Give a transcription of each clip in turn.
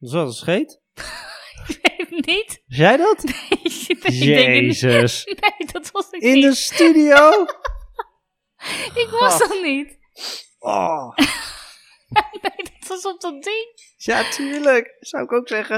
Dat is wel een scheet. Ik weet het niet. Was jij dat? Jezus. Nee, dat was ik In niet. de studio? Ik was dat niet. Oh. Nee, dat was op dat ding. Ja, tuurlijk. Zou ik ook zeggen.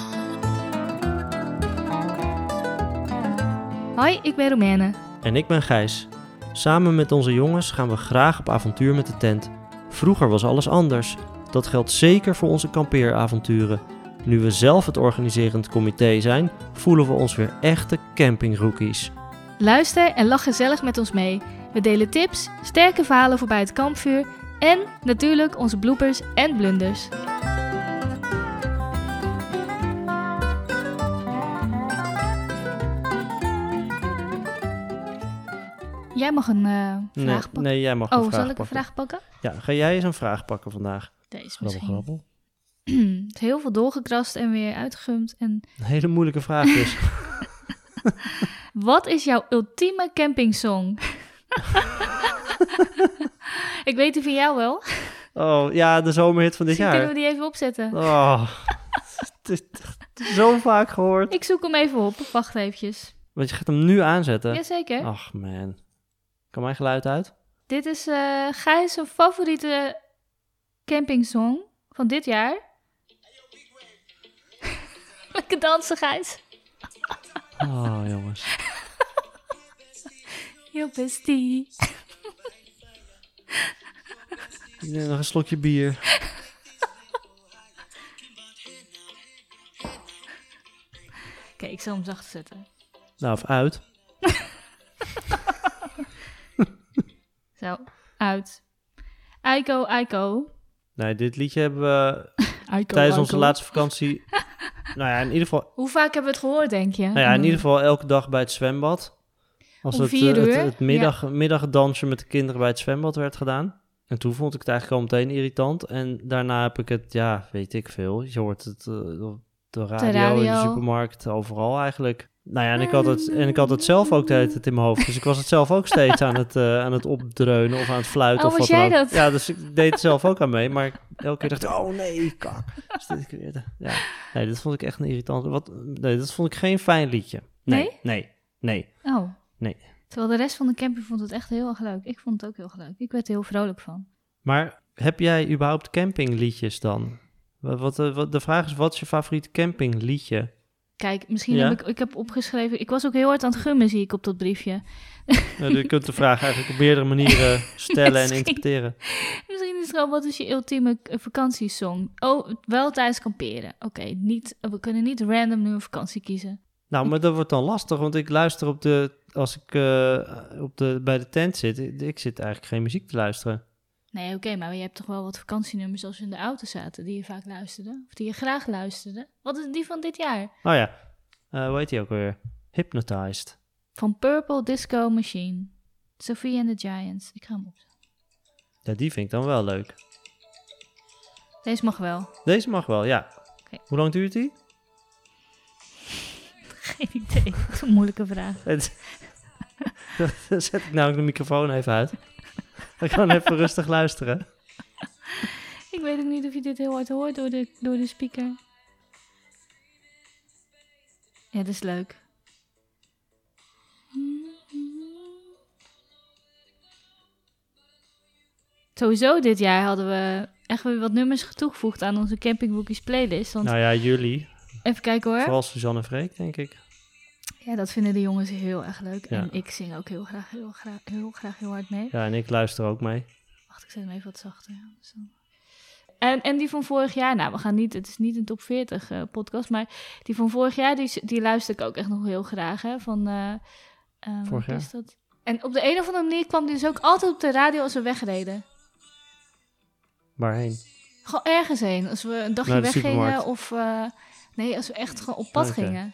Hoi, ik ben Romaine. En ik ben Gijs. Samen met onze jongens gaan we graag op avontuur met de tent. Vroeger was alles anders. Dat geldt zeker voor onze kampeeravonturen. Nu we zelf het organiserend comité zijn, voelen we ons weer echte campingrookies. Luister en lach gezellig met ons mee. We delen tips, sterke verhalen voorbij het kampvuur en natuurlijk onze bloopers en blunders. Jij mag een vraag pakken. Nee, jij mag een vraag zal ik pakken. een vraag pakken? Ja, ga jij eens een vraag pakken vandaag? Deze is Grabbel, misschien. grabbel. Het is heel veel doorgekrast en weer uitgegumd. En Een hele moeilijke vraag dus. wat is jouw ultieme campingsong? Ik weet die van jou wel. Oh, ja, de zomerhit van dit Misschien jaar. kunnen we die even opzetten. Oh, het is zo vaak gehoord. Ik zoek hem even op. Wacht eventjes. Want je gaat hem nu aanzetten. Jazeker. Ach man. Kan mijn geluid uit? Dit is Gijs' zijn favoriete campingsong van dit jaar. Lekker dansen, Gijs. Oh, jongens. Yo, bestie. Ik neem nog een slokje bier. Oké, ik zal hem zacht zetten. Nou, of uit. Zo, uit. Aiko. Nee, dit liedje hebben we Aiko, tijdens onze laatste vakantie... Nou ja, in ieder geval... Hoe vaak hebben we het gehoord, denk je? Nou ja, in ieder geval elke dag bij het zwembad. Als Om het, 4 uur? het middagdansje met de kinderen bij het zwembad werd gedaan. En toen vond ik het eigenlijk al meteen irritant. En daarna heb ik het, ja, weet ik veel. Je hoort het op de radio, in de supermarkt, overal eigenlijk. Nou ja, en ik had het zelf ook de hele tijd in mijn hoofd. Dus ik was het zelf ook steeds aan het opdreunen of aan het fluiten. Oh, of was wat dan jij ook. dat? Ja, dus ik deed het zelf ook aan mee. Maar elke keer dacht ik, oh nee, kak. Dus dit keer, ja. Nee, dat vond ik echt een irritant. Nee, dat vond ik geen fijn liedje. Nee. Oh. Nee. Terwijl de rest van de camping vond het echt heel erg leuk. Ik vond het ook heel erg leuk. Ik werd er heel vrolijk van. Maar heb jij überhaupt campingliedjes dan? De vraag is, wat is je favoriete campingliedje? Kijk, misschien Ja? heb ik heb opgeschreven... Ik was ook heel hard aan het gummen, zie ik op dat briefje. Je kunt de vraag eigenlijk op meerdere manieren stellen en Misschien. interpreteren. Misschien is het gewoon, wat is je ultieme vakantiesong? Oh, wel tijdens kamperen. Oké, we kunnen niet random nu een vakantie kiezen. Nou, maar dat wordt dan lastig, want ik luister als ik bij de tent zit, ik zit eigenlijk geen muziek te luisteren. Nee, oké, maar je hebt toch wel wat vakantienummers als we in de auto zaten, die je vaak luisterde? Of die je graag luisterde? Wat is die van dit jaar? Oh ja, hoe heet die ook weer? Hypnotized. Van Purple Disco Machine. Sophie and the Giants. Ik ga hem opzetten. Ja, die vind ik dan wel leuk. Deze mag wel. Deze mag wel, ja. Oké. Hoe lang duurt die? Geen idee. Dat is een moeilijke vraag. Dan zet ik nou ook de microfoon even uit. Dan kan even rustig luisteren. Ik weet ook niet of je dit heel hard hoort door de speaker. Ja, dat is leuk. Sowieso dit jaar hadden we echt weer wat nummers toegevoegd aan onze Camping Bookies playlist. Want Nou ja, jullie. even kijken hoor. Vooral Suzanne en Freek, denk ik. Ja, dat vinden de jongens heel erg leuk. Ja. En ik zing ook heel graag heel hard mee. Ja, en ik luister ook mee. Wacht, ik zet hem even wat zachter. Ja. Zo. En die van vorig jaar, nou, we gaan niet, het is niet een top 40 podcast, maar die van vorig jaar, die luister ik ook echt nog heel graag. Hè, van, Vorig wat jaar? is dat? En op de een of andere manier kwam die dus ook altijd op de radio als we wegreden. Waarheen? Gewoon ergens heen. Als we een dagje Naar de weggingen supermarkt. of... nee, als we echt gewoon op pad Oké. gingen.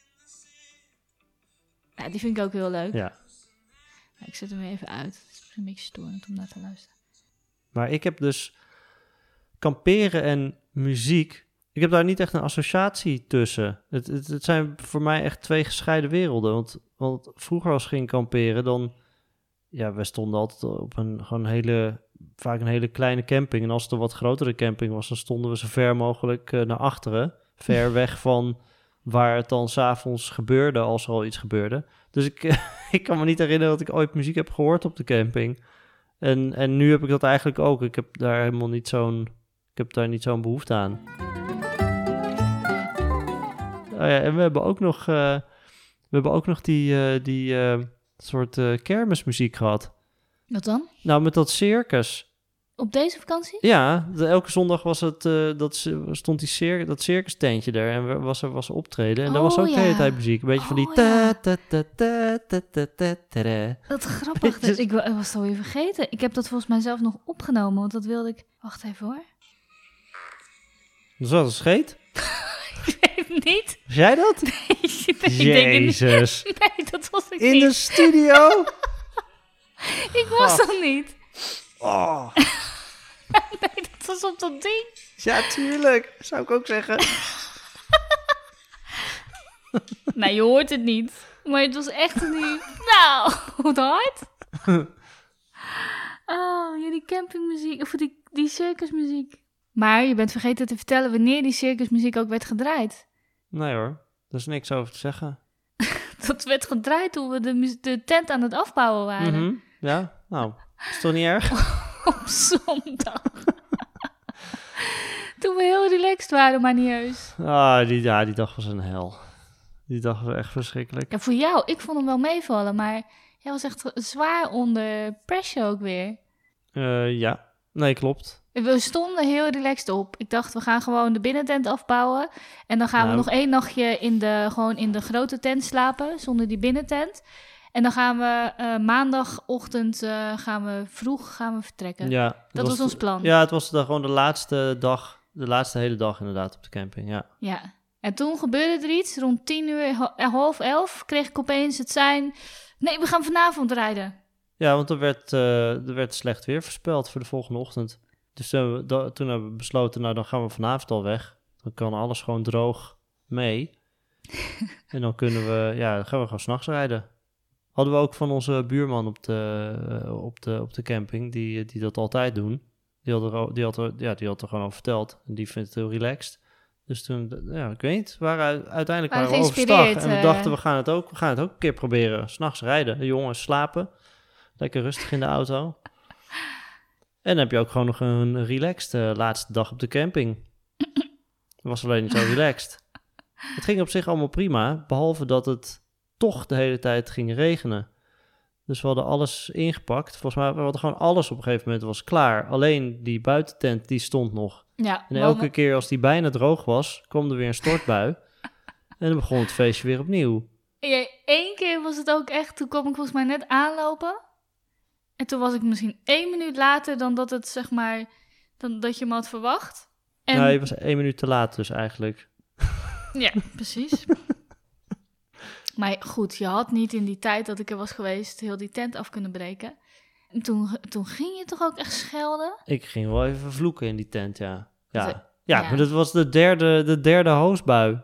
Ja, die vind ik ook heel leuk. Ja. Nou, ik zet hem weer even uit. Het is een beetje storend om naar te luisteren. Maar ik heb dus kamperen en muziek. Ik heb daar niet echt een associatie tussen. Het zijn voor mij echt twee gescheiden werelden. Want vroeger als ik ging kamperen, dan... Ja, we stonden altijd op een gewoon hele vaak een hele kleine camping. En als het een wat grotere camping was, dan stonden we zo ver mogelijk naar achteren. Ver weg van waar het dan 's avonds gebeurde, als er al iets gebeurde. Dus ik kan me niet herinneren dat ik ooit muziek heb gehoord op de camping. En nu heb ik dat eigenlijk ook. Ik heb daar helemaal niet niet zo'n behoefte aan. Oh ja, en we hebben ook nog die soort kermismuziek gehad. Wat dan? Nou, met dat circus. Op deze vakantie? Ja, elke zondag was het, stond dat circus tentje er en was er optreden. En daar was ook de hele tijd muziek. Een beetje van die... Dat grappig. Ik was het alweer vergeten. Ik heb dat volgens mij zelf nog opgenomen, want dat wilde ik... Wacht even hoor. Was dat een scheet? Ik weet het niet. Was jij dat? Nee, Jezus. Nee, dat was ik In niet. de studio? Ik was dat niet. Oh. Nee, dat was op dat ding. Ja, tuurlijk. Zou ik ook zeggen. Nee, je hoort het niet. Maar het was echt niet... Nou, wat hard. Oh, ja, die campingmuziek. Of die circusmuziek. Maar je bent vergeten te vertellen wanneer die circusmuziek ook werd gedraaid. Nee hoor, er is niks over te zeggen. Dat werd gedraaid toen we de tent aan het afbouwen waren. Mm-hmm. Ja, nou, is toch niet erg? Op zondag. Toen we heel relaxed waren, maar niet heus. Die dag was een hel. Die dag was echt verschrikkelijk. Ja, voor jou, ik vond hem wel meevallen, maar jij was echt zwaar onder pressure ook weer. Ja, nee, klopt. We stonden heel relaxed op. Ik dacht, we gaan gewoon de binnentent afbouwen. En dan gaan we nog 1 nachtje gewoon in de grote tent slapen, zonder die binnentent. En dan gaan we maandagochtend vroeg vertrekken. Ja, dat was ons plan. Ja, het was gewoon de laatste hele dag inderdaad op de camping, ja. Ja, en toen gebeurde er iets. Rond 10:30 kreeg ik opeens het sein... Nee, we gaan vanavond rijden. Ja, want er werd slecht weer voorspeld voor de volgende ochtend. Dus toen hebben we besloten, nou dan gaan we vanavond al weg. Dan kan alles gewoon droog mee. En dan gaan we gewoon 's nachts rijden. Hadden we ook van onze buurman op de camping, die dat altijd doen. Die had er gewoon over verteld. En die vindt het heel relaxed. Dus toen, ik weet niet, uiteindelijk waren we overstag. En we dachten, we gaan het ook een keer proberen. 's Nachts rijden, de jongens slapen. Lekker rustig in de auto. En dan heb je ook gewoon nog een relaxed laatste dag op de camping. Het was alleen niet zo relaxed. Het ging op zich allemaal prima, behalve dat het toch de hele tijd ging regenen. Dus we hadden alles ingepakt. Volgens mij, we hadden gewoon alles op een gegeven moment was klaar. Alleen die buitentent, die stond nog. Ja, en elke keer als die bijna droog was, kwam er weer een stortbui. En dan begon het feestje weer opnieuw. Ja, 1 keer was het ook echt, toen kwam ik volgens mij net aanlopen. En toen was ik misschien 1 minuut later dan dat het, zeg maar, dan dat je me had verwacht. En... Nou, je was 1 minuut te laat dus eigenlijk. Ja, precies. Maar goed, je had niet in die tijd dat ik er was geweest heel die tent af kunnen breken. En toen ging je toch ook echt schelden? Ik ging wel even vloeken in die tent, ja. Ja, maar dat was de derde hoosbui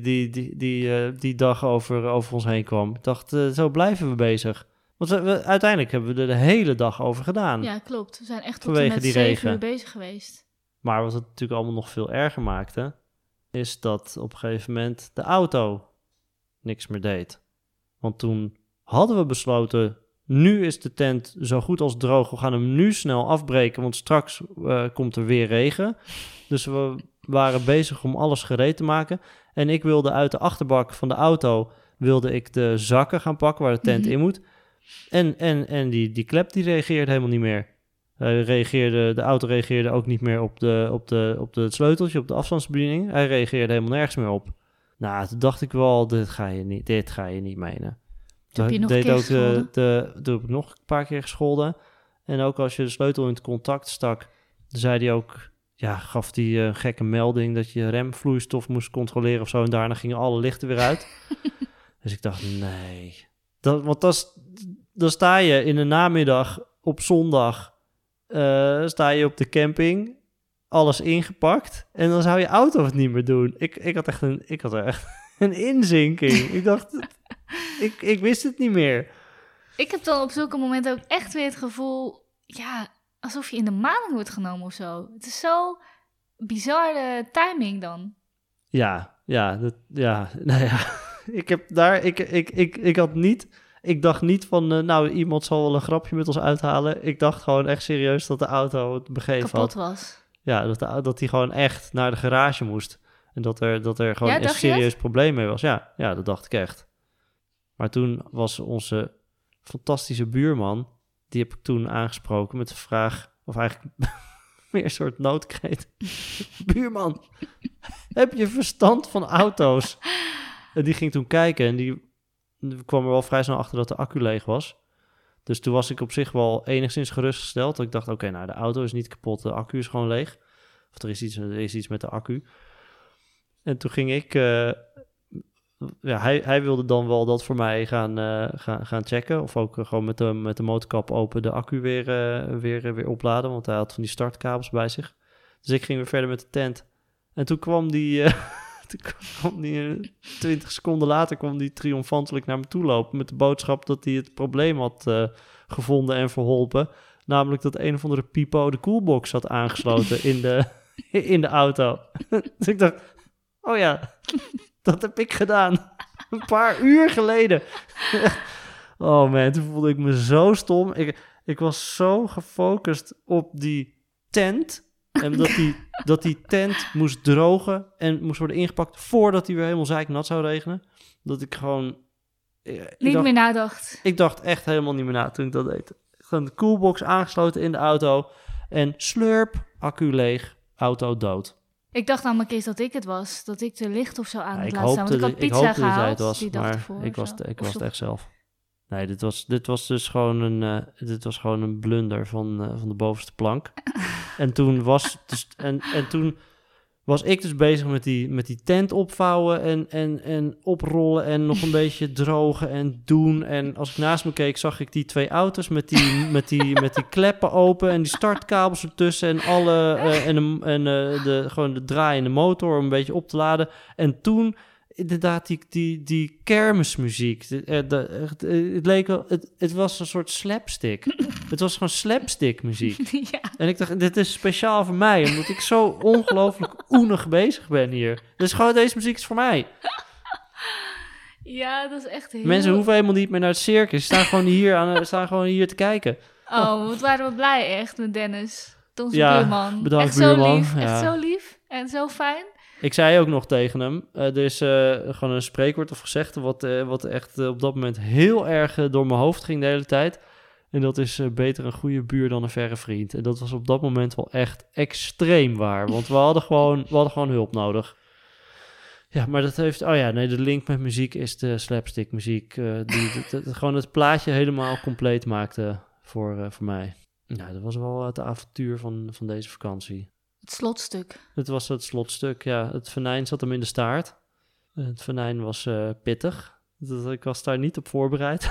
die dag over ons heen kwam. Ik dacht, zo blijven we bezig. Want uiteindelijk hebben we er de hele dag over gedaan. Ja, klopt. We zijn echt tot en met 7 uur bezig geweest. Maar wat het natuurlijk allemaal nog veel erger maakte, is dat op een gegeven moment de auto niks meer deed. Want toen hadden we besloten, nu is de tent zo goed als droog. We gaan hem nu snel afbreken, want straks komt er weer regen. Dus we waren bezig om alles gereed te maken. En ik wilde uit de achterbak van de auto de zakken gaan pakken waar de tent in moet. En die klep die reageerde helemaal niet meer. De auto reageerde ook niet meer op het sleuteltje, op de afstandsbediening. Hij reageerde helemaal nergens meer op. Nou, toen dacht ik wel, dit ga je niet menen. Heb je nog een keer gescholden? Toen heb ik nog een paar keer gescholden. En ook als je de sleutel in het contact stak, zei hij ook, gaf hij een gekke melding dat je remvloeistof moest controleren of zo. En daarna gingen alle lichten weer uit. Dus ik dacht, nee. Want dan sta je in de namiddag op zondag, sta je op de camping, alles ingepakt. En dan zou je auto het niet meer doen. Ik had er echt een inzinking. Ik dacht, ik wist het niet meer. Ik heb dan op zulke momenten ook echt weer het gevoel, alsof je in de maling wordt genomen of zo. Het is zo bizarre timing dan. Ja, nou ja. Ik dacht niet van, iemand zal wel een grapje met ons uithalen. Ik dacht gewoon echt serieus dat de auto het begeven kapot had. was. Ja, dat hij gewoon echt naar de garage moest. En dat er gewoon een serieus probleem mee was. Ja, dat dacht ik echt. Maar toen was onze fantastische buurman, die heb ik toen aangesproken met de vraag, of eigenlijk meer een soort noodkreet. Buurman, heb je verstand van auto's? En die ging toen kijken en die kwam er wel vrij snel achter dat de accu leeg was. Dus toen was ik op zich wel enigszins gerustgesteld. Ik dacht, oké, de auto is niet kapot, de accu is gewoon leeg. Of er is iets met de accu. En toen ging ik... hij wilde dan wel dat voor mij gaan checken. Of ook gewoon met de motorkap open de accu weer opladen. Want hij had van die startkabels bij zich. Dus ik ging weer verder met de tent. En toen kwam die... 20 seconden later kwam die triomfantelijk naar me toe lopen met de boodschap dat hij het probleem had gevonden en verholpen. Namelijk dat een of andere pipo de coolbox had aangesloten in de auto. Dus ik dacht, oh ja, dat heb ik gedaan. Een paar uur geleden. Oh man, toen voelde ik me zo stom. Ik was zo gefocust op die tent. En dat die tent moest drogen en moest worden ingepakt voordat hij weer helemaal zeiknat zou regenen. Dat ik gewoon... meer nadacht. Ik dacht echt helemaal niet meer na toen ik dat deed. Gewoon de coolbox aangesloten in de auto en slurp, accu leeg, auto dood. Ik dacht namelijk eens dat ik het was. Dat ik de licht of zo aan het laten staan. Want ik had pizza gehaald. Ik was het echt zelf. Nee, dit was dus gewoon een blunder van de bovenste plank. En toen was ik dus bezig met die tent opvouwen en oprollen en nog een beetje drogen en doen. En als ik naast me keek, zag ik die 2 auto's met die kleppen open en die startkabels ertussen en gewoon de draaiende motor om een beetje op te laden. En toen... Inderdaad, die kermismuziek. Het leek wel, het was een soort slapstick. Het was gewoon slapstick muziek. Ja. En ik dacht, dit is speciaal voor mij, omdat ik zo ongelooflijk oenig bezig ben hier. Dus gewoon, deze muziek is voor mij. Ja, dat is echt heel... Mensen hoeven helemaal niet meer naar het circus. Ze staan gewoon hier te kijken. Oh, wat waren we blij echt met Dennis. Onze buurman. Bedankt, echt buurman. Zo lief, ja. Echt zo lief en zo fijn. Ik zei ook nog tegen hem, er is gewoon een spreekwoord of gezegde wat echt op dat moment heel erg door mijn hoofd ging de hele tijd. En dat is beter een goede buur dan een verre vriend. En dat was op dat moment wel echt extreem waar, want we hadden gewoon hulp nodig. Ja, maar dat heeft... Oh ja, nee, de link met muziek is de slapstick muziek. Die gewoon het plaatje helemaal compleet maakte voor mij. Nou, dat was wel het avontuur van deze vakantie. Het slotstuk. Het was het slotstuk, ja. Het venijn zat hem in de staart. Het venijn was pittig. Ik was daar niet op voorbereid.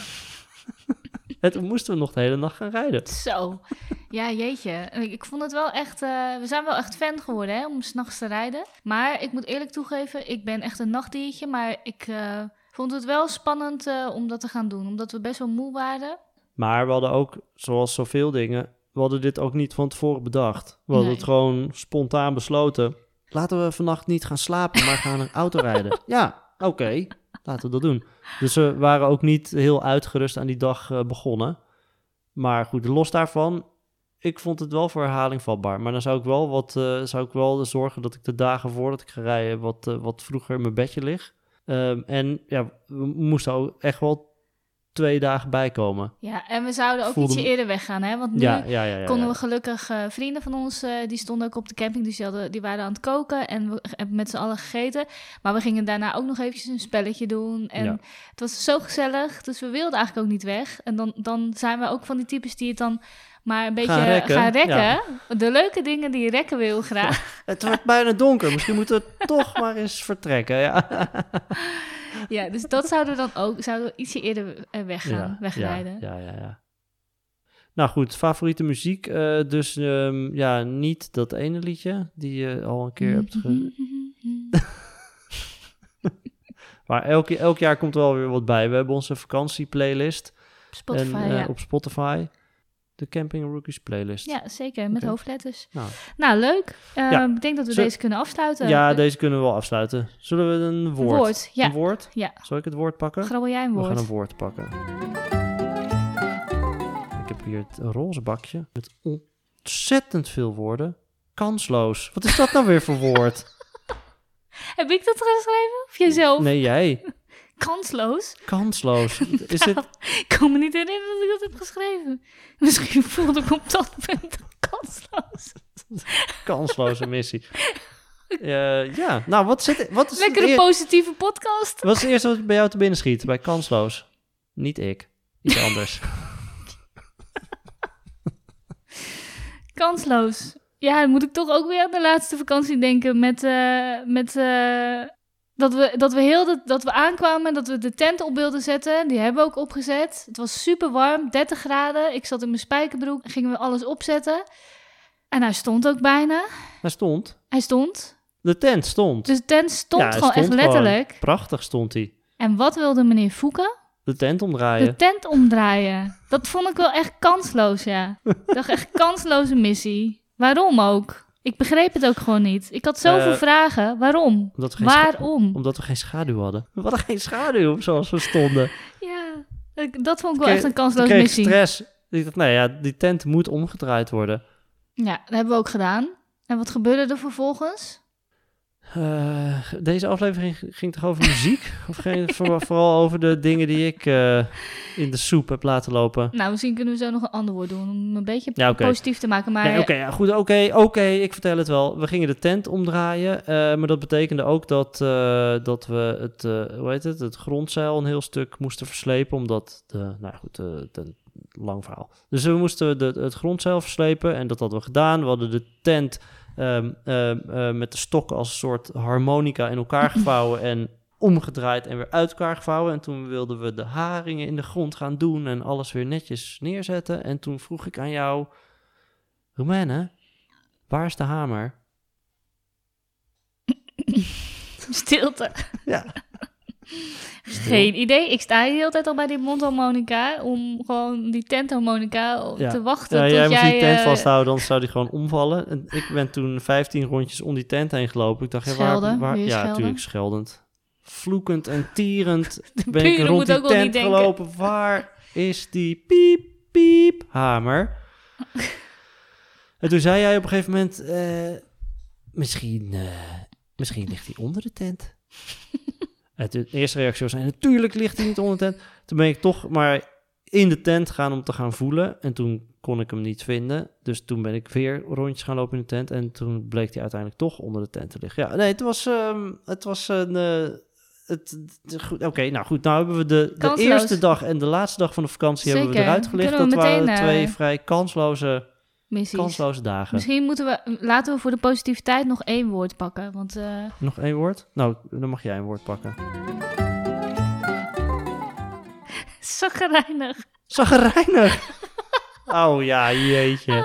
En toen moesten we nog de hele nacht gaan rijden. Zo. Ja, jeetje. Ik vond het wel echt... we zijn wel echt fan geworden, hè, om 's nachts te rijden. Maar ik moet eerlijk toegeven, ik ben echt een nachtdiertje. Maar ik vond het wel spannend om dat te gaan doen. Omdat we best wel moe waren. Maar we hadden ook, zoals zoveel dingen... We hadden dit ook niet van tevoren bedacht. We hadden het gewoon spontaan besloten. Laten we vannacht niet gaan slapen, maar gaan een auto rijden. Ja, oké. Laten we dat doen. Dus we waren ook niet heel uitgerust aan die dag begonnen. Maar goed, los daarvan... Ik vond het wel voor herhaling vatbaar. Maar dan zou ik wel zorgen dat ik de dagen voordat ik ga rijden... wat vroeger in mijn bedje lig. En ja, we moesten ook echt wel 2 dagen bijkomen. Ja, en we zouden ook ietsje eerder weggaan, hè? Want nu konden we gelukkig... vrienden van ons, die stonden ook op de camping... dus die waren aan het koken en we hebben met z'n allen gegeten. Maar we gingen daarna ook nog eventjes een spelletje doen. En het was zo gezellig, dus we wilden eigenlijk ook niet weg. En dan zijn we ook van die types die het dan... maar een beetje gaan rekken. Ja. De leuke dingen die rekken we heel graag. Het wordt bijna donker. Misschien moeten we toch maar eens vertrekken. Ja, ja, dus dat zouden we dan ook... zouden we ietsje eerder wegrijden. Ja. Nou goed, favoriete muziek. Dus niet dat ene liedje die je al een keer hebt Maar elk jaar komt er wel weer wat bij. We hebben onze vakantieplaylist. Spotify, op Spotify. De Camping Rookies playlist. Ja, zeker. Met hoofdletters. Nou, leuk. Ik denk dat we deze kunnen afsluiten. Ja, deze kunnen we wel afsluiten. Zullen we een woord? Ja. Een woord? Ja. Zal ik het woord pakken? Grabbel jij een woord? We gaan een woord pakken. Ik heb hier het roze bakje met ontzettend veel woorden. Kansloos. Wat is dat nou weer voor woord? Heb ik dat geschreven? Of jijzelf? Nee, jij. Kansloos? Kansloos. Is dit... Ik kan me niet herinneren dat ik dat heb geschreven. Misschien voelde ik op dat moment kansloos. Kansloze missie. Ja, nou, wat is Lekkere positieve podcast. Wat is het eerste wat bij jou te binnen schiet bij kansloos? Niet ik. Iets anders. Kansloos. Ja, dan moet ik toch ook weer aan de laatste vakantie denken dat we aankwamen en dat we de tent op wilden zetten. Die hebben we ook opgezet. Het was super warm, 30 graden. Ik zat in mijn spijkerbroek, gingen we alles opzetten. En hij stond ook bijna. Hij stond? De tent stond. Dus de tent stond gewoon echt letterlijk. Gewoon. Prachtig stond hij. En wat wilde meneer Fouke? De tent omdraaien. De tent omdraaien. Dat vond ik wel echt kansloos, ja. Ik dacht echt kansloze missie. Waarom ook? Ik begreep het ook gewoon niet. Ik had zoveel vragen. Waarom? Waarom? Omdat we geen schaduw hadden. We hadden geen schaduw zoals we stonden. Ja, dat vond ik wel echt een kansloze missie. Ik kreeg stress. Ik dacht, nou ja, die tent moet omgedraaid worden. Ja, dat hebben we ook gedaan. En wat gebeurde er vervolgens? Deze aflevering ging toch over muziek? Of ging het vooral over de dingen die ik in de soep heb laten lopen? Nou, misschien kunnen we zo nog een ander woord doen om een beetje positief te maken. Maar... Nee, oké, ik vertel het wel. We gingen de tent omdraaien, maar dat betekende ook dat we het grondzeil een heel stuk moesten verslepen, omdat lang verhaal. Dus we moesten het grondzeil verslepen en dat hadden we gedaan. We hadden de tent met de stokken als een soort harmonica in elkaar gevouwen en omgedraaid en weer uit elkaar gevouwen. En toen wilden we de haringen in de grond gaan doen en alles weer netjes neerzetten. En toen vroeg ik aan jou, Romaine, waar is de hamer? Stilte. Ja. Geen idee. Ik sta hier de hele tijd al bij die mondharmonica om gewoon die tentharmonica te wachten tot jij moest die tent vasthouden, anders zou die gewoon omvallen. En ik ben toen 15 rondjes om die tent heen gelopen. Ik dacht, waar? Ja, natuurlijk scheldend. Vloekend en tierend ben ik rond die tent gelopen. Waar is die piep hamer? En toen zei jij op een gegeven moment, misschien ligt hij onder de tent. De eerste reactie was, natuurlijk ligt hij niet onder de tent. Toen ben ik toch maar in de tent gaan om te gaan voelen. En toen kon ik hem niet vinden. Dus toen ben ik weer rondjes gaan lopen in de tent. En toen bleek hij uiteindelijk toch onder de tent te liggen. Ja, nee, het was een... Oké, nou goed. Nou hebben we de eerste dag en de laatste dag van de vakantie hebben we eruit gelicht. Dat waren twee vrij kansloze dagen. Misschien laten we voor de positiviteit nog 1 woord pakken. Want, Nog 1 woord? Nou, dan mag jij een woord pakken. Chagrijnig. Oh ja, jeetje.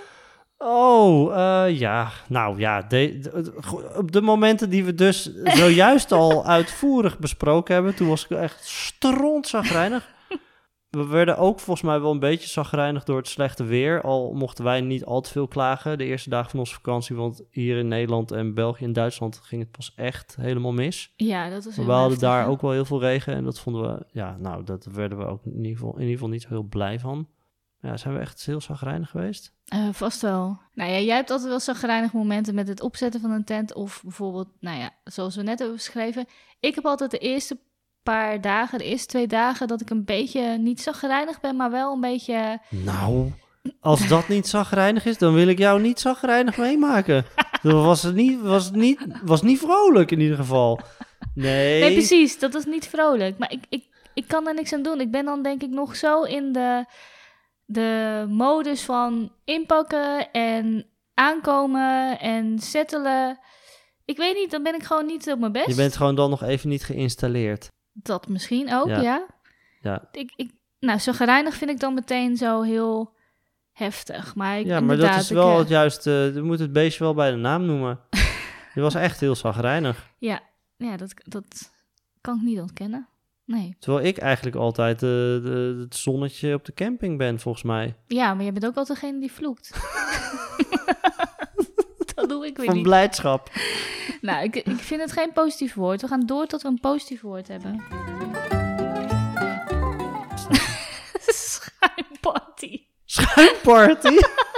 Ja. Nou ja, op de momenten die we dus zojuist al uitvoerig besproken hebben, toen was ik echt strontzagrijnig. We werden ook volgens mij wel een beetje chagrijnig door het slechte weer. Al mochten wij niet al te veel klagen de eerste dagen van onze vakantie. Want hier in Nederland en België en Duitsland ging het pas echt helemaal mis. Ja, dat was heel We hadden daar ook wel heel veel regen. En dat vonden we, dat werden we ook in ieder geval niet zo heel blij van. Ja, zijn we echt heel chagrijnig geweest? Vast wel. Nou ja, jij hebt altijd wel chagrijnige momenten met het opzetten van een tent. Of bijvoorbeeld, zoals we net hebben beschreven. Ik heb altijd de eerste 2 dagen, dat ik een beetje niet chagrijnig ben, maar wel een beetje... Nou, als dat niet chagrijnig is, dan wil ik jou niet chagrijnig meemaken. Dat was niet vrolijk in ieder geval. Nee, precies, dat was niet vrolijk. Maar ik kan daar niks aan doen. Ik ben dan denk ik nog zo in de modus van inpakken en aankomen en settelen. Ik weet niet, dan ben ik gewoon niet op mijn best. Je bent gewoon dan nog even niet geïnstalleerd. Dat misschien ook, ja. Chagrijnig vind ik dan meteen zo heel heftig. Maar dat is wel het juiste... Je moet het beestje wel bij de naam noemen. Je was echt heel chagrijnig. Ja, dat kan ik niet ontkennen. Nee. Terwijl ik eigenlijk altijd het zonnetje op de camping ben, volgens mij. Ja, maar jij bent ook altijd degene die vloekt. Dat doe ik weer Van niet. blijdschap. Nou, ik vind het geen positief woord. We gaan door tot we een positief woord hebben. Schuimparty. Schuimparty?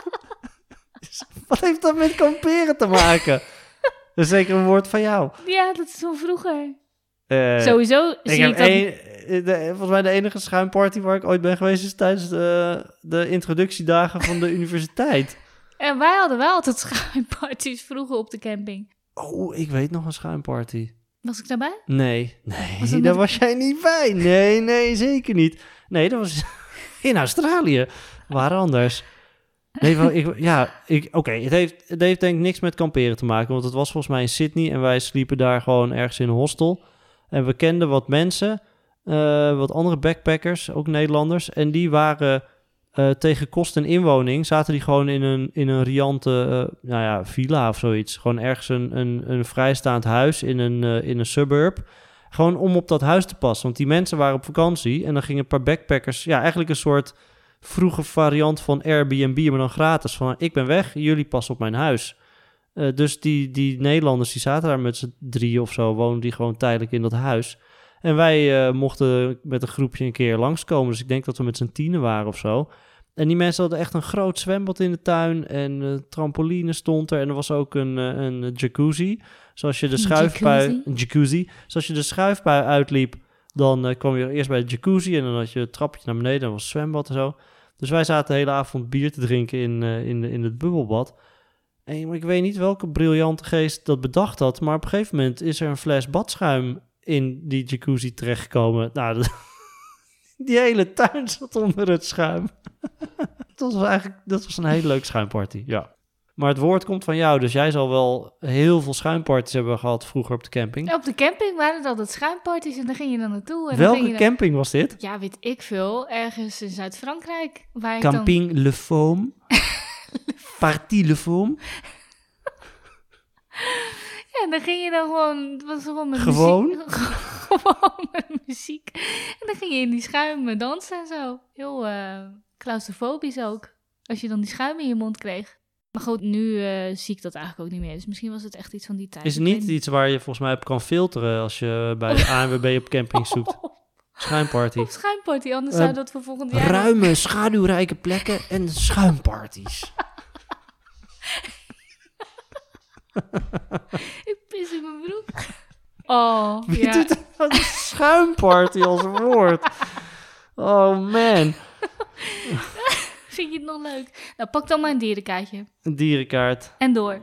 Wat heeft dat met kamperen te maken? Dat is zeker een woord van jou. Ja, dat is van vroeger. Sowieso zie ik dat... Volgens mij de enige schuimparty waar ik ooit ben geweest is tijdens de introductiedagen van de universiteit. En wij hadden wel altijd schuimparties vroeger op de camping. Oh, ik weet nog een schuimparty. Was ik daarbij? Nee, daar was jij niet bij. Nee, zeker niet. Nee, dat was in Australië. Waar anders? Nee, oké, het heeft denk ik niks met kamperen te maken. Want het was volgens mij in Sydney en wij sliepen daar gewoon ergens in een hostel. En we kenden wat mensen, wat andere backpackers, ook Nederlanders. En die waren tegen kost en inwoning, zaten die gewoon in een riante villa of zoiets. Gewoon ergens een vrijstaand huis in een suburb. Gewoon om op dat huis te passen. Want die mensen waren op vakantie en dan gingen een paar backpackers... Ja, eigenlijk een soort vroege variant van Airbnb, maar dan gratis. Van, ik ben weg, jullie passen op mijn huis. Dus die Nederlanders, die zaten daar met z'n 3 of zo, woonden die gewoon tijdelijk in dat huis. En wij mochten met een groepje een keer langskomen. Dus ik denk dat we met z'n 10 waren of zo. En die mensen hadden echt een groot zwembad in de tuin. En trampoline stond er. En er was ook een jacuzzi. Zoals je de schuifbui... Een jacuzzi. Zoals je de schuifbui uitliep, dan kwam je eerst bij de jacuzzi. En dan had je het trapje naar beneden. En dan was het zwembad en zo. Dus wij zaten de hele avond bier te drinken in het bubbelbad. En ik weet niet welke briljante geest dat bedacht had. Maar op een gegeven moment is er een fles badschuim in die jacuzzi terechtgekomen. Nou, die hele tuin zat onder het schuim. Dat was een hele leuke schuimparty, ja. Maar het woord komt van jou, dus jij zal wel heel veel schuimparties hebben gehad vroeger op de camping. Ja, op de camping waren het altijd schuimparties en daar ging je dan naartoe. En welke camping was dit? Ja, weet ik veel. Ergens in Zuid-Frankrijk. Camping Le Foam. Partie Le Foam. Ja, dan ging je dan gewoon... Het was gewoon met gewoon? muziek. Gewoon met muziek. En dan ging je in die schuim dansen en zo. Heel claustrofobisch ook. Als je dan die schuim in je mond kreeg. Maar goed, nu zie ik dat eigenlijk ook niet meer. Dus misschien was het echt iets van die tijd. Is het niet iets waar je volgens mij op kan filteren als je bij de ANWB op camping zoekt? Schuimparty. Op schuimparty, anders zou dat voor volgend jaar... Ruime, schaduwrijke plekken en schuimparties. Ik pis in mijn broek. Oh, wie doet een schuimparty als woord? Oh, man. Vind je het nog leuk? Nou, pak dan maar een dierenkaartje. Een dierenkaart. En door.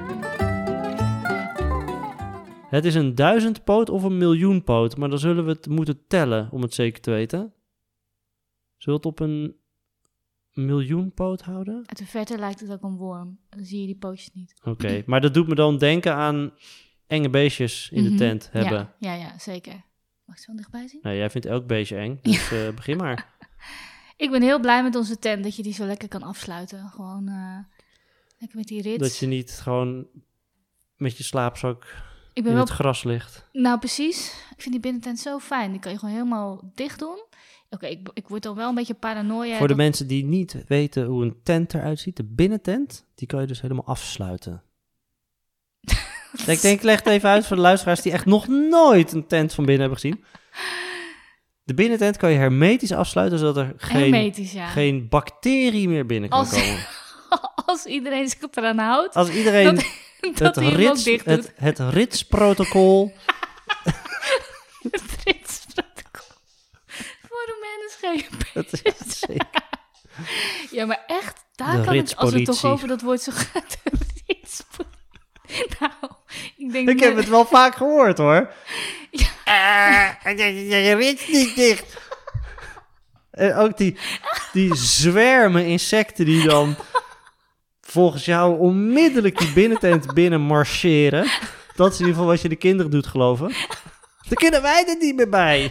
Het is een 1000-poot of een 1.000.000-poot, maar dan zullen we het moeten tellen om het zeker te weten. Zullen we het op een 1.000.000-poot houden? Uit de verte lijkt het ook een worm. Dan zie je die pootjes niet. Oké, maar dat doet me dan denken aan enge beestjes in de tent hebben. Ja, zeker. Mag ik zo dichtbij zien? Nee, jij vindt elk beestje eng, dus begin maar. Ik ben heel blij met onze tent, dat je die zo lekker kan afsluiten. Gewoon lekker met die rits. Dat je niet gewoon met je slaapzak het gras ligt. Nou, precies. Ik vind die binnentent zo fijn. Die kan je gewoon helemaal dicht doen. Oké, ik word dan wel een beetje paranoia. Voor de mensen die niet weten hoe een tent eruit ziet, de binnentent, die kan je dus helemaal afsluiten. Ik denk, leg het even uit voor de luisteraars die echt nog nooit een tent van binnen hebben gezien. De binnentent kan je hermetisch afsluiten, zodat er geen bacterie meer binnen kan komen. Als iedereen zich eraan houdt. Als iedereen het RITS-protocol... Het RITS-protocol. Voor de mensen. Ja, maar echt, daar kan het, als we het toch over dat woord zo gaat. Nou, ik heb het wel vaak gehoord, hoor. Je rits niet dicht. En ook die zwermen insecten die dan volgens jou onmiddellijk die binnentent binnen marcheren. Dat is in ieder geval wat je de kinderen doet geloven. Dan kunnen wij er niet meer bij.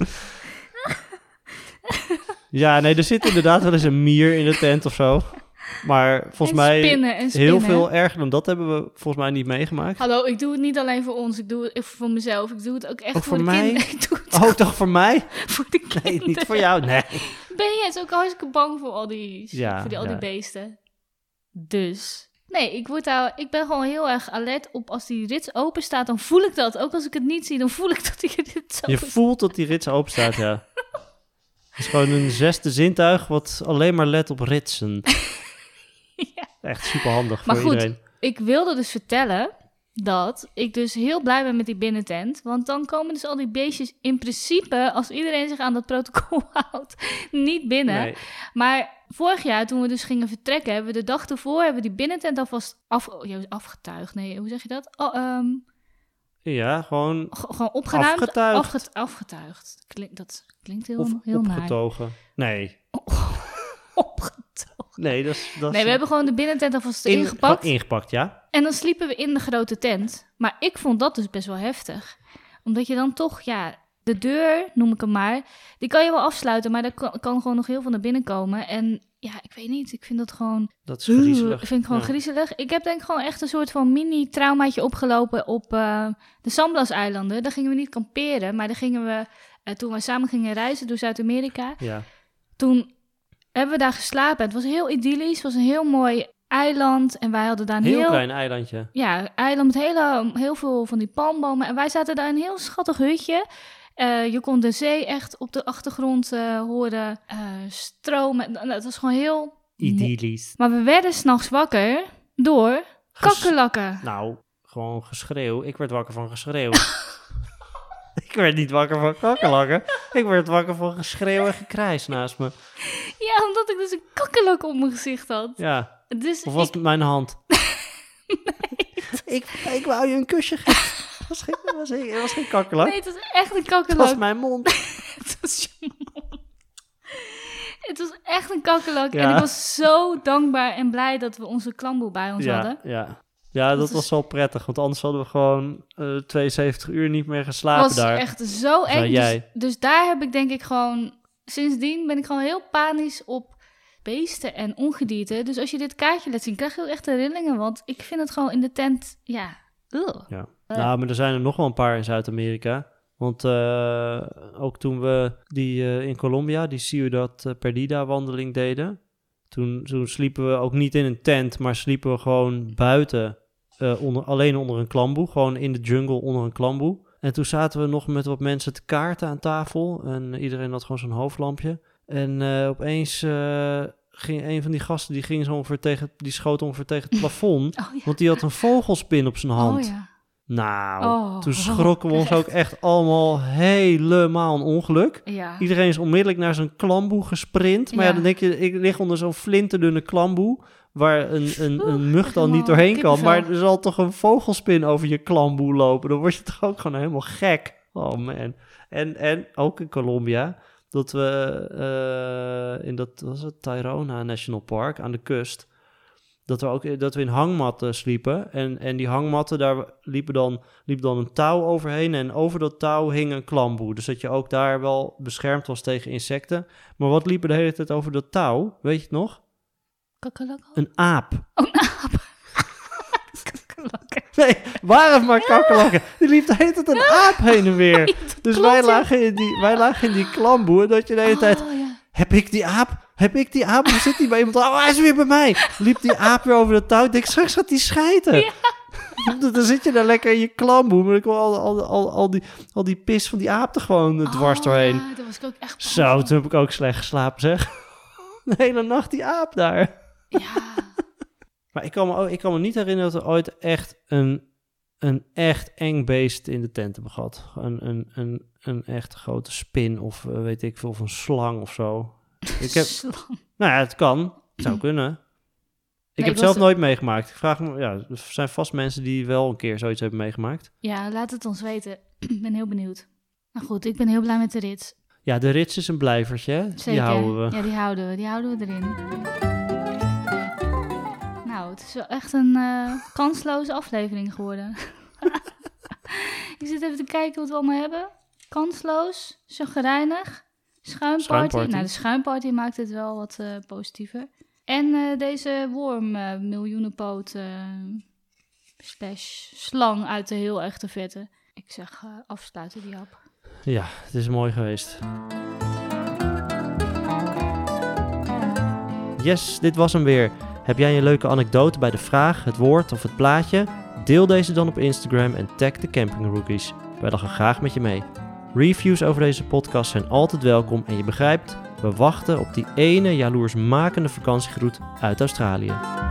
Ja, nee, er zit inderdaad wel eens een mier in de tent of zo. Maar volgens mij spinnen. heel veel erger dan dat hebben we volgens mij niet meegemaakt. Hallo, ik doe het niet alleen voor ons. Ik doe het voor mezelf. Ik doe het ook echt ook voor de mij? kinderen. Ik doe het Oh, toch voor mij? voor de kinderen. Nee, niet voor jou, nee. Ben je het ook hartstikke bang voor al die, al die beesten? Dus... Nee, ik ben gewoon heel erg alert op als die rits open staat. Dan voel ik dat. Ook als ik het niet zie, dan voel ik dat die rits open staat. Je voelt dat die rits open staat, ja. Het is gewoon een zesde zintuig wat alleen maar let op ritsen. Ja. Echt super handig maar voor goed, iedereen. Ik wilde dus vertellen dat ik dus heel blij ben met die binnentent. Want dan komen dus al die beestjes in principe, als iedereen zich aan dat protocol houdt, niet binnen. Nee. Maar vorig jaar, toen we dus gingen vertrekken, hebben we de dag ervoor hebben we die binnentent alvast afgetuigd. Nee, hoe zeg je dat? Ja, gewoon gewoon opgeruimd. afgetuigd. Afgetuigd. Dat klinkt heel naar. Opgetogen. Nee. Opgetogen. Nee, dat is... Nee, we hebben gewoon de binnentent alvast ingepakt. Ingepakt, ja. En dan sliepen we in de grote tent. Maar ik vond dat dus best wel heftig. Omdat je dan toch, de deur, noem ik hem maar, die kan je wel afsluiten, maar er kan gewoon nog heel veel naar binnen komen. En ja, ik weet niet, ik vind dat gewoon... Dat is griezelig. Ik vind het gewoon griezelig. Ik heb denk ik gewoon echt een soort van mini-traumaatje opgelopen op de San Blas-eilanden. Daar gingen we niet kamperen, maar daar gingen we, toen we samen gingen reizen door Zuid-Amerika. Ja. Toen hebben we daar geslapen. Het was heel idyllisch, het was een heel mooi eiland. En wij hadden daar een heel klein eilandje. Ja, eiland met heel veel van die palmbomen. En wij zaten daar in een heel schattig hutje. Je kon de zee echt op de achtergrond horen stromen. Het was gewoon heel... idyllisch. Maar we werden 's nachts wakker door kakkerlakken. Nou, gewoon geschreeuw. Ik werd wakker van geschreeuw. Ik werd niet wakker van kakkerlakken. Ik werd wakker van geschreeuw en gekrijs naast me. Ja, omdat ik dus een kakkerlak op mijn gezicht had. Ja. Dus of was het mijn hand? Nee. Ik wou je een kusje geven. Het was geen kakkerlak. Nee, het was echt een kakkerlak. Het was mijn mond. Het was je mond. Het was echt een kakkerlak. Ja. En ik was zo dankbaar en blij dat we onze klamboe bij ons hadden. Ja, dat was wel prettig. Want anders hadden we gewoon 72 uur niet meer geslapen daar. Dat was echt zo eng. Dus daar heb ik denk ik gewoon... Sindsdien ben ik gewoon heel panisch op beesten en ongedierte. Dus als je dit kaartje laat zien, krijg je ook echt herinneringen. Want ik vind het gewoon in de tent, ja. Nou, maar er zijn er nog wel een paar in Zuid-Amerika. Want ook toen we in Colombia, die Ciudad Perdida wandeling deden. Toen sliepen we ook niet in een tent, maar sliepen we gewoon buiten. Alleen onder een klamboe. Gewoon in de jungle onder een klamboe. En toen zaten we nog met wat mensen te kaarten aan tafel. En iedereen had gewoon zo'n hoofdlampje. En opeens ging een van die gasten, die schoot ongeveer tegen het plafond. Oh, ja. Want die had een vogelspin op zijn hand. Oh, ja. Nou, toen schrokken we ons ook echt allemaal helemaal een ongeluk. Ja. Iedereen is onmiddellijk naar zijn klamboe gesprint. Maar dan denk je, ik lig onder zo'n flinterdunne klamboe, waar een mug dan niet doorheen kan. Maar er zal toch een vogelspin over je klamboe lopen. Dan word je toch ook gewoon helemaal gek. Oh man. En ook in Colombia, dat we was het Tayrona National Park aan de kust, dat we in hangmatten sliepen. En die hangmatten, daar liep dan een touw overheen. En over dat touw hing een klamboe. Dus dat je ook daar wel beschermd was tegen insecten. Maar wat liep er de hele tijd over dat touw? Weet je het nog? Kakkerlakken? Een aap. Oh, een aap. Kakkerlakken. Nee, waren maar kakkerlakken. Die liep de hele tijd een aap heen en weer. Nee, dus wij lagen in die klamboe. En dat je de hele tijd... Ja. Heb ik die aap? Hoe zit die bij iemand? Oh, hij is weer bij mij. Liep die aap weer over de touw. Ik denk, straks gaat die schijten. Ja. Dan zit je daar lekker in je klamboe. Maar ik wil al die pis van die aap er gewoon dwars doorheen. Ja, dat was ik ook echt bang. Zo, toen heb ik ook slecht geslapen, zeg. De hele nacht die aap daar. Ja. Maar ik kan me niet herinneren dat we ooit echt een echt eng beest in de tent hebben gehad. Een echt grote spin of weet ik veel, of een slang of zo. Slang. Nou ja, het kan. Het zou kunnen. Ik heb het zelf nooit meegemaakt. Ik vraag me, er zijn vast mensen die wel een keer zoiets hebben meegemaakt. Ja, laat het ons weten. Ik ben heel benieuwd. Nou goed, ik ben heel blij met de rits. Ja, de rits is een blijvertje, hè? Zeker. Die houden we. Ja, die houden we erin. Nou, het is wel echt een kansloze aflevering geworden. Ik zit even te kijken wat we allemaal hebben. Kansloos, chagrijnig, schuimparty. Nou, de schuimparty maakt het wel wat positiever. En deze worm, miljoenenpoot / slang uit de heel echte vette. Ik zeg afsluiten die hap. Ja, het is mooi geweest. Yes, dit was hem weer. Heb jij een leuke anekdote bij de vraag, het woord of het plaatje? Deel deze dan op Instagram en tag de Camping Rookies. Wij lachen graag met je mee. Reviews over deze podcast zijn altijd welkom en je begrijpt, we wachten op die ene jaloersmakende vakantiegroet uit Australië.